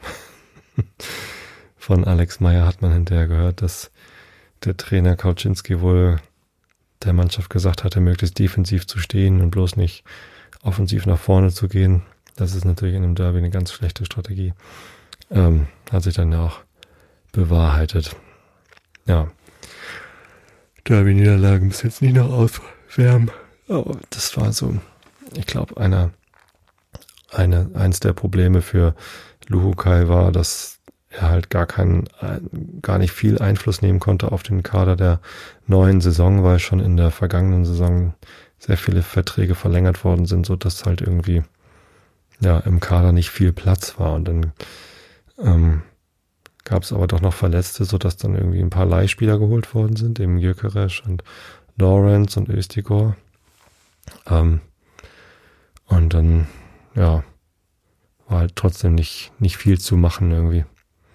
Von Alex Meyer hat man hinterher gehört, dass der Trainer Kauczynski wohl der Mannschaft gesagt hatte, möglichst defensiv zu stehen und bloß nicht offensiv nach vorne zu gehen. Das ist natürlich in einem Derby eine ganz schlechte Strategie. Ähm, hat sich dann ja auch bewahrheitet. Ja. Derby-Niederlagen müssen jetzt nicht noch auswärmen. Aber das war so, ich glaube, einer, eine, eins der Probleme für Luhukay war, dass er halt gar keinen, gar nicht viel Einfluss nehmen konnte auf den Kader der neuen Saison, weil schon in der vergangenen Saison sehr viele Verträge verlängert worden sind, so dass halt irgendwie, ja, im Kader nicht viel Platz war und dann, ähm, gab es aber doch noch Verletzte, sodass dann irgendwie ein paar Leihspieler geholt worden sind, eben Gyökeres und Lawrence und Öztigor. Ähm, und dann, ja, war halt trotzdem nicht, nicht viel zu machen irgendwie.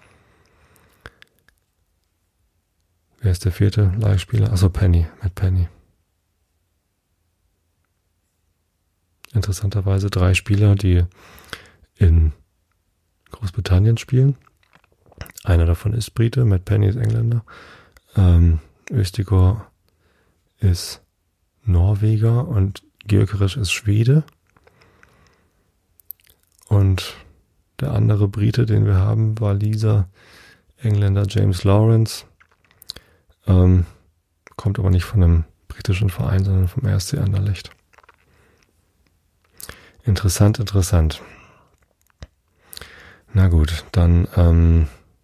Wer ist der vierte Leihspieler? Achso, Penny, Matt Penny. Interessanterweise drei Spieler, die in Großbritannien spielen. Einer davon ist Brite, Matt Penny ist Engländer. Ähm, Öztigor ist Norweger und Gyökeres ist Schwede. Und der andere Brite, den wir haben, war Lisa, Engländer James Lawrence. Ähm, kommt aber nicht von einem britischen Verein, sondern vom R S C Anderlecht. Interessant, interessant. Na gut, dann ähm,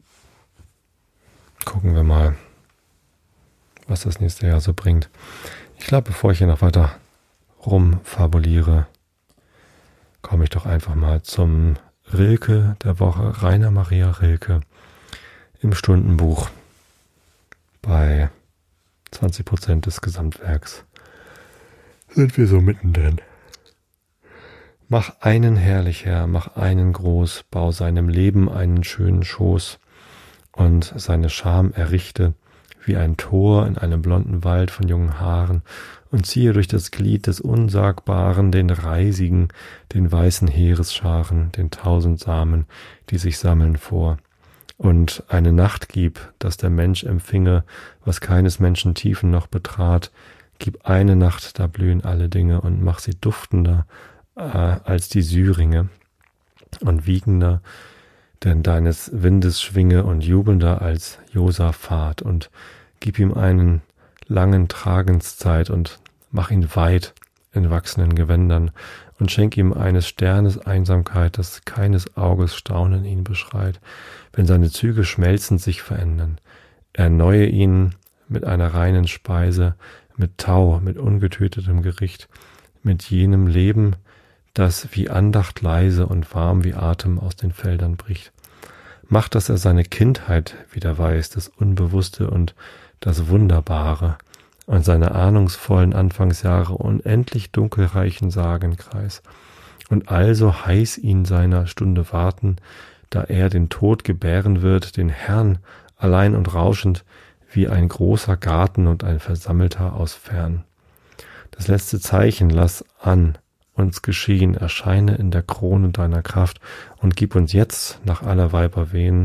gucken wir mal, was das nächste Jahr so bringt. Ich glaube, bevor ich hier noch weiter rumfabuliere, komme ich doch einfach mal zum Rilke der Woche, Rainer Maria Rilke, im Stundenbuch bei zwanzig Prozent des Gesamtwerks. Sind wir so mittendrin. Mach einen herrlich Herr, mach einen groß, bau seinem Leben einen schönen Schoß und seine Scham errichte wie ein Tor in einem blonden Wald von jungen Haaren und ziehe durch das Glied des Unsagbaren den Reisigen, den weißen Heeresscharen, den tausend Samen, die sich sammeln vor. Und eine Nacht gib, dass der Mensch empfinge, was keines Menschen Tiefen noch betrat. Gib eine Nacht, da blühen alle Dinge und mach sie duftender äh, als die Syringe und wiegender, denn deines Windes Schwinge und jubelnder als Josaphat und gib ihm einen langen Tragenszeit und mach ihn weit in wachsenden Gewändern und schenk ihm eines Sternes Einsamkeit, dass keines Auges Staunen ihn beschreit, wenn seine Züge schmelzend sich verändern. Erneue ihn mit einer reinen Speise, mit Tau, mit ungetötetem Gericht, mit jenem Leben, das wie Andacht leise und warm wie Atem aus den Feldern bricht. Mach, dass er seine Kindheit wieder weiß, das Unbewusste und das Wunderbare und seine ahnungsvollen Anfangsjahre unendlich dunkelreichen Sagenkreis. Und also heiß ihn seiner Stunde warten, da er den Tod gebären wird, den Herrn, allein und rauschend, wie ein großer Garten und ein Versammelter aus fern. Das letzte Zeichen lass an uns geschehen, erscheine in der Krone deiner Kraft und gib uns jetzt nach aller Weiber Wehen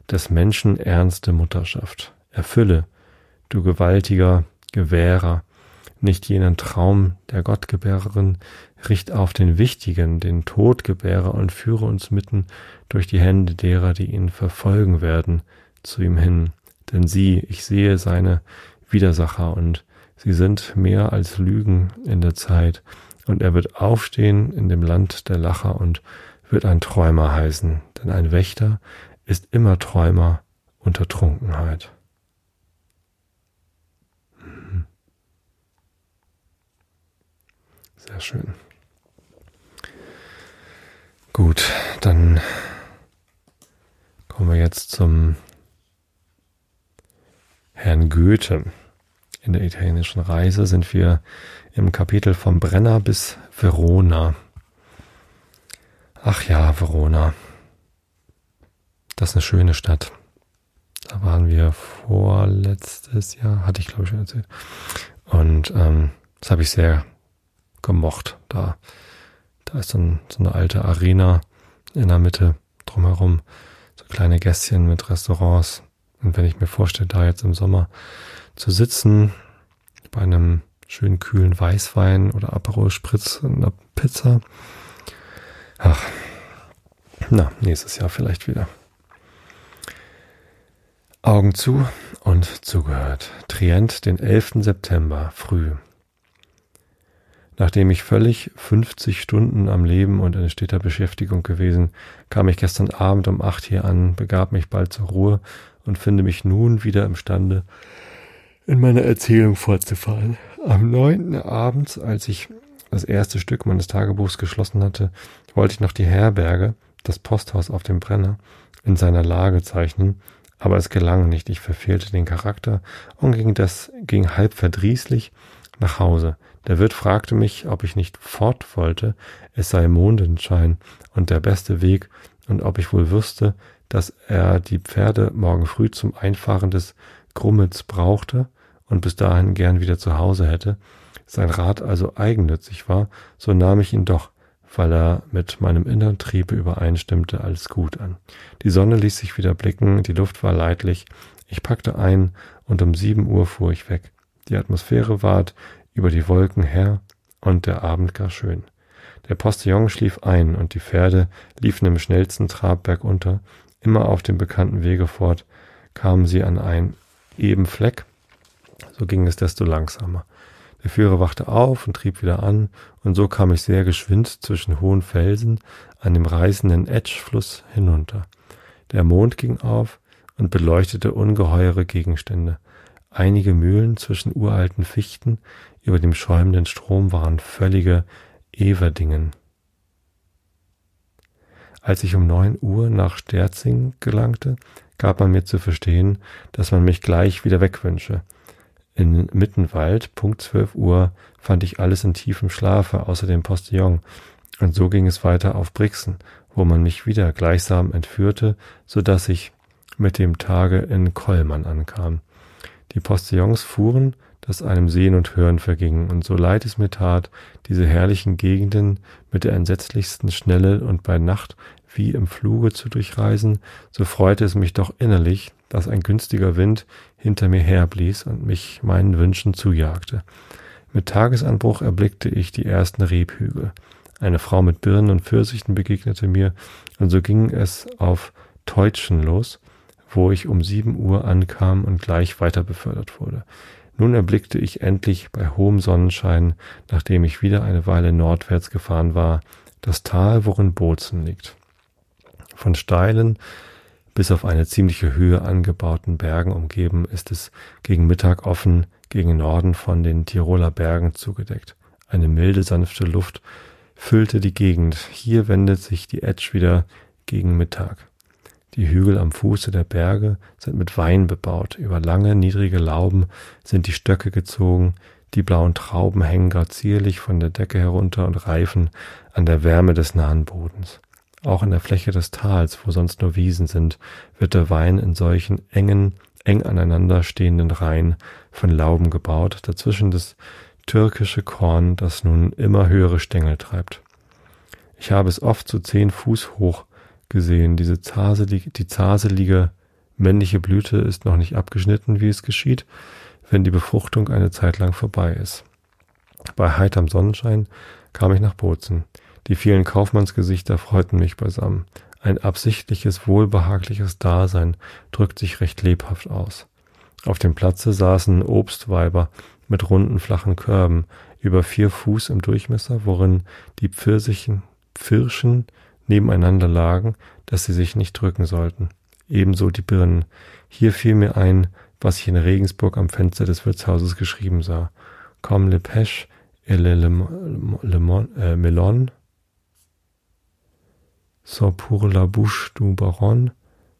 des Menschen ernste Mutterschaft. Erfülle, du gewaltiger Gewährer, nicht jenen Traum der Gottgebärerin, richt auf den Wichtigen, den Todgebärer, und führe uns mitten durch die Hände derer, die ihn verfolgen werden, zu ihm hin. Denn sieh, ich sehe seine Widersacher, und sie sind mehr als Lügen in der Zeit, und er wird aufstehen in dem Land der Lacher und wird ein Träumer heißen, denn ein Wächter ist immer Träumer unter Trunkenheit. Sehr schön. Gut, dann kommen wir jetzt zum Herrn Goethe. In der italienischen Reise sind wir im Kapitel vom Brenner bis Verona. Ach ja, Verona. Das ist eine schöne Stadt. Da waren wir vorletztes Jahr, hatte ich glaube ich schon erzählt. Und ähm, das habe ich sehr gemocht. Da, da ist so, ein, so eine alte Arena in der Mitte drumherum, so kleine Gässchen mit Restaurants. Und wenn ich mir vorstelle, da jetzt im Sommer zu sitzen, bei einem schönen kühlen Weißwein oder Aperol Spritz und einer Pizza, ach, na, nächstes Jahr vielleicht wieder. Augen zu und zugehört. Trient, den elften September, früh. Nachdem ich völlig fünfzig Stunden am Leben und in steter Beschäftigung gewesen, kam ich gestern Abend um acht hier an, begab mich bald zur Ruhe und finde mich nun wieder imstande, in meiner Erzählung fortzufahren. Am neunten abends, als ich das erste Stück meines Tagebuchs geschlossen hatte, wollte ich noch die Herberge, das Posthaus auf dem Brenner, in seiner Lage zeichnen, aber es gelang nicht. Ich verfehlte den Charakter und ging, das, ging halb verdrießlich nach Hause. Der Wirt fragte mich, ob ich nicht fort wollte, es sei Mondenschein und der beste Weg, und ob ich wohl wüsste, dass er die Pferde morgen früh zum Einfahren des Grummetz brauchte und bis dahin gern wieder zu Hause hätte. Sein Rat also eigennützig war, so nahm ich ihn doch, weil er mit meinem inneren Triebe übereinstimmte, als gut an. Die Sonne ließ sich wieder blicken, die Luft war leidlich, ich packte ein und um sieben Uhr fuhr ich weg. Die Atmosphäre ward über die Wolken her und der Abend gar schön. Der Postillon schlief ein und die Pferde liefen im schnellsten Trab bergunter, immer auf dem bekannten Wege fort, kamen sie an einen eben Fleck, so ging es desto langsamer. Der Führer wachte auf und trieb wieder an, und so kam ich sehr geschwind zwischen hohen Felsen an dem reißenden Etschfluss hinunter. Der Mond ging auf und beleuchtete ungeheure Gegenstände. Einige Mühlen zwischen uralten Fichten über dem schäumenden Strom waren völlige Everdingen. Als ich um neun Uhr nach Sterzing gelangte, gab man mir zu verstehen, dass man mich gleich wieder wegwünsche. In Mittenwald, Punkt zwölf Uhr, fand ich alles in tiefem Schlafe, außer dem Postillon, und so ging es weiter auf Brixen, wo man mich wieder gleichsam entführte, so dass ich mit dem Tage in Kollmann ankam. Die Postillons fuhren, dass einem Sehen und Hören verging, und so leid es mir tat, diese herrlichen Gegenden mit der entsetzlichsten Schnelle und bei Nacht wie im Fluge zu durchreisen, so freute es mich doch innerlich, dass ein günstiger Wind hinter mir herblies und mich meinen Wünschen zujagte. Mit Tagesanbruch erblickte ich die ersten Rebhügel. Eine Frau mit Birnen und Pfirsichen begegnete mir, und so ging es auf Teutschen los, wo ich um sieben Uhr ankam und gleich weiter befördert wurde. Nun erblickte ich endlich bei hohem Sonnenschein, nachdem ich wieder eine Weile nordwärts gefahren war, das Tal, worin Bozen liegt. Von steilen, bis auf eine ziemliche Höhe angebauten Bergen umgeben, ist es gegen Mittag offen, gegen Norden von den Tiroler Bergen zugedeckt. Eine milde, sanfte Luft füllte die Gegend. Hier wendet sich die Etsch wieder gegen Mittag. Die Hügel am Fuße der Berge sind mit Wein bebaut. Über lange, niedrige Lauben sind die Stöcke gezogen. Die blauen Trauben hängen grazierlich von der Decke herunter und reifen an der Wärme des nahen Bodens. Auch in der Fläche des Tals, wo sonst nur Wiesen sind, wird der Wein in solchen engen, eng aneinander stehenden Reihen von Lauben gebaut, dazwischen das türkische Korn, das nun immer höhere Stängel treibt. Ich habe es oft zu zehn Fuß hoch gesehen, diese zaselige, die zaselige Männliche Blüte ist noch nicht abgeschnitten, wie es geschieht, wenn die Befruchtung eine Zeit lang vorbei ist. Bei heiterem Sonnenschein kam ich nach Bozen. Die vielen Kaufmannsgesichter freuten mich beisammen. Ein absichtliches, wohlbehagliches Dasein drückt sich recht lebhaft aus. Auf dem Platze saßen Obstweiber mit runden, flachen Körben, über vier Fuß im Durchmesser, worin die Pfirsichen, Pfirschen nebeneinander lagen, dass sie sich nicht drücken sollten. Ebenso die Birnen. Hier fiel mir ein, was ich in Regensburg am Fenster des Wirtshauses geschrieben sah. Comme le pêche et le, le, le, le äh, melon, so pour la bouche du baron.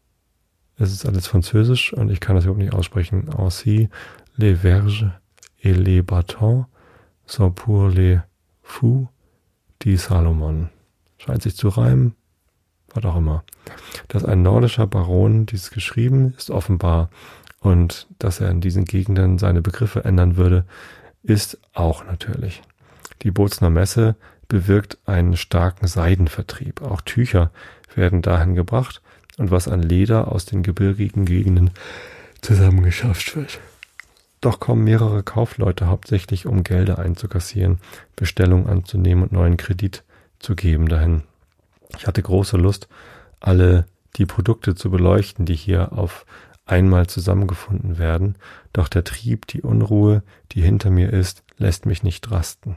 Es ist alles Französisch und ich kann das überhaupt nicht aussprechen. Ainsi, les verges et les bâtons, so pour les fous, die Salomon. Scheint sich zu reimen, was auch immer. Dass ein nordischer Baron dies geschrieben, ist offenbar, und dass er in diesen Gegenden seine Begriffe ändern würde, ist auch natürlich. Die Bozener Messe bewirkt einen starken Seidenvertrieb. Auch Tücher werden dahin gebracht und was an Leder aus den gebirgigen Gegenden zusammengeschafft wird. Doch kommen mehrere Kaufleute hauptsächlich, um Gelder einzukassieren, Bestellungen anzunehmen und neuen Kredit zu geben dahin. Ich hatte große Lust, alle die Produkte zu beleuchten, die hier auf einmal zusammengefunden werden, doch der Trieb, die Unruhe, die hinter mir ist, lässt mich nicht rasten.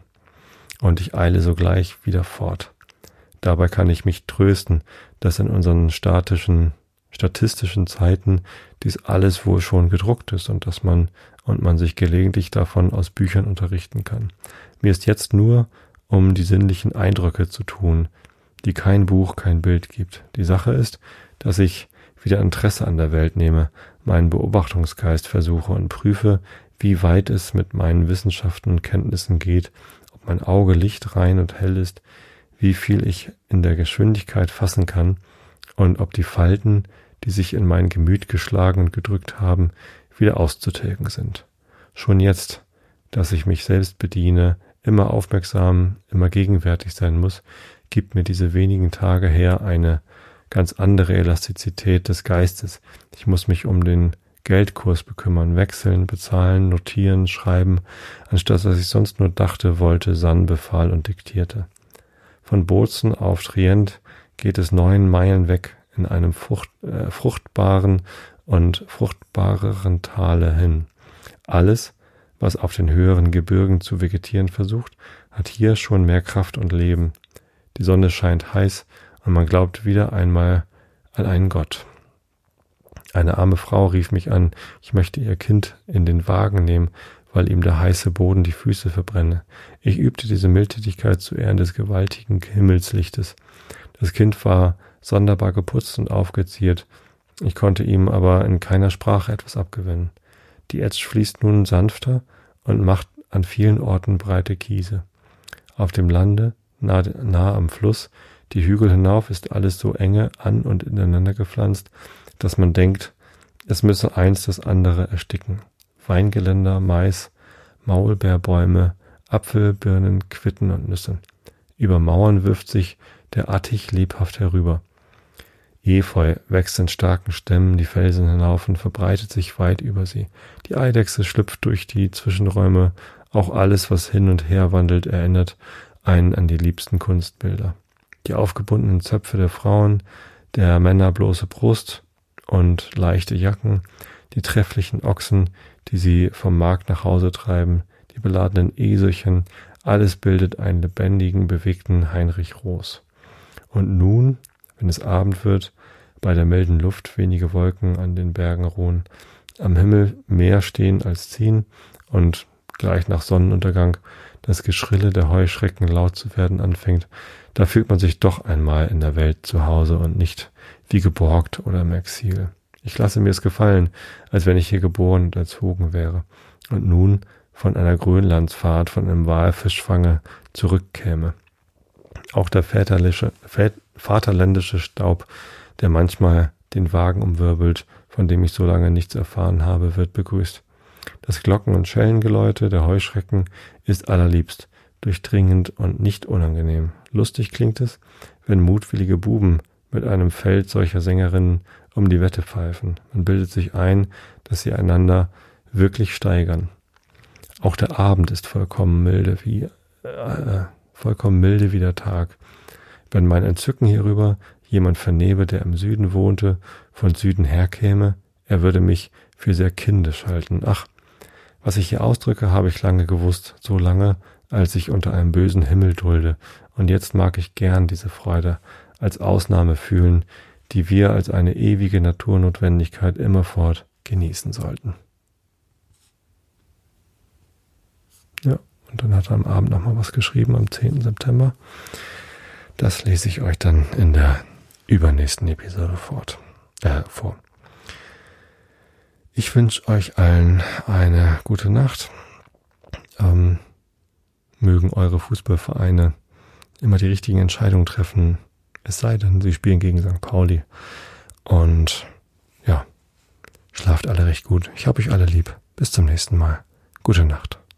Und ich eile sogleich wieder fort. Dabei kann ich mich trösten, dass in unseren statischen, statistischen Zeiten dies alles wohl schon gedruckt ist und dass man und man sich gelegentlich davon aus Büchern unterrichten kann. Mir ist jetzt nur um die sinnlichen Eindrücke zu tun, die kein Buch, kein Bild gibt. Die Sache ist, dass ich wieder Interesse an der Welt nehme, meinen Beobachtungsgeist versuche und prüfe, wie weit es mit meinen Wissenschaften und Kenntnissen geht, ob mein Auge lichtrein und hell ist, wie viel ich in der Geschwindigkeit fassen kann und ob die Falten, die sich in mein Gemüt geschlagen und gedrückt haben, wieder auszutilgen sind. Schon jetzt, dass ich mich selbst bediene, immer aufmerksam, immer gegenwärtig sein muss, gibt mir diese wenigen Tage her eine ganz andere Elastizität des Geistes. Ich muss mich um den Geldkurs bekümmern, wechseln, bezahlen, notieren, schreiben, anstatt dass ich sonst nur dachte, wollte, sann, befahl und diktierte. Von Bozen auf Trient geht es neun Meilen weg in einem frucht, äh, fruchtbaren und fruchtbareren Tale hin. Alles, was auf den höheren Gebirgen zu vegetieren versucht, hat hier schon mehr Kraft und Leben. Die Sonne scheint heiß und man glaubt wieder einmal an einen Gott. Eine arme Frau rief mich an, ich möchte ihr Kind in den Wagen nehmen, weil ihm der heiße Boden die Füße verbrenne. Ich übte diese Mildtätigkeit zu Ehren des gewaltigen Himmelslichtes. Das Kind war sonderbar geputzt und aufgeziert. Ich konnte ihm aber in keiner Sprache etwas abgewinnen. Die Etsch fließt nun sanfter und macht an vielen Orten breite Kiese. Auf dem Lande, nah, nah am Fluss, die Hügel hinauf, ist alles so enge an und ineinander gepflanzt, dass man denkt, es müsse eins das andere ersticken. Weingeländer, Mais, Maulbeerbäume, Apfel, Birnen, Quitten und Nüsse. Über Mauern wirft sich der Attich lebhaft herüber. Efeu wächst in starken Stämmen die Felsen hinauf und verbreitet sich weit über sie. Die Eidechse schlüpft durch die Zwischenräume. Auch alles, was hin und her wandelt, erinnert einen an die liebsten Kunstbilder. Die aufgebundenen Zöpfe der Frauen, der Männer bloße Brust und leichte Jacken, die trefflichen Ochsen, die sie vom Markt nach Hause treiben, die beladenen Eselchen, alles bildet einen lebendigen, bewegten Heinrich Roos. Und nun, wenn es Abend wird, bei der milden Luft wenige Wolken an den Bergen ruhen, am Himmel mehr stehen als ziehen und gleich nach Sonnenuntergang das Geschrille der Heuschrecken laut zu werden anfängt, da fühlt man sich doch einmal in der Welt zu Hause und nicht wie geborgt oder im Exil. Ich lasse mir es gefallen, als wenn ich hier geboren und erzogen wäre und nun von einer Grönlandsfahrt, von einem Walfischfange zurückkäme. Auch der väterliche, vaterländische Staub, der manchmal den Wagen umwirbelt, von dem ich so lange nichts erfahren habe, wird begrüßt. Das Glocken- und Schellengeläute der Heuschrecken ist allerliebst, durchdringend und nicht unangenehm. Lustig klingt es, wenn mutwillige Buben mit einem Feld solcher Sängerinnen um die Wette pfeifen. Man bildet sich ein, dass sie einander wirklich steigern. Auch der Abend ist vollkommen milde wie äh, vollkommen milde wie der Tag. Wenn mein Entzücken hierüber jemand vernehme, der im Süden wohnte, von Süden herkäme, er würde mich für sehr kindisch halten. Ach, was ich hier ausdrücke, habe ich lange gewusst, so lange, als ich unter einem bösen Himmel dulde. Und jetzt mag ich gern diese Freude als Ausnahme fühlen, die wir als eine ewige Naturnotwendigkeit immerfort genießen sollten. Ja, und dann hat er am Abend nochmal was geschrieben, am zehnten September. Das lese ich euch dann in der übernächsten Episode fort, äh, vor. Ich wünsche euch allen eine gute Nacht. Ähm, mögen eure Fußballvereine immer die richtigen Entscheidungen treffen, es sei denn, sie spielen gegen Sankt Pauli. Und ja, schlaft alle recht gut. Ich hab euch alle lieb. Bis zum nächsten Mal. Gute Nacht.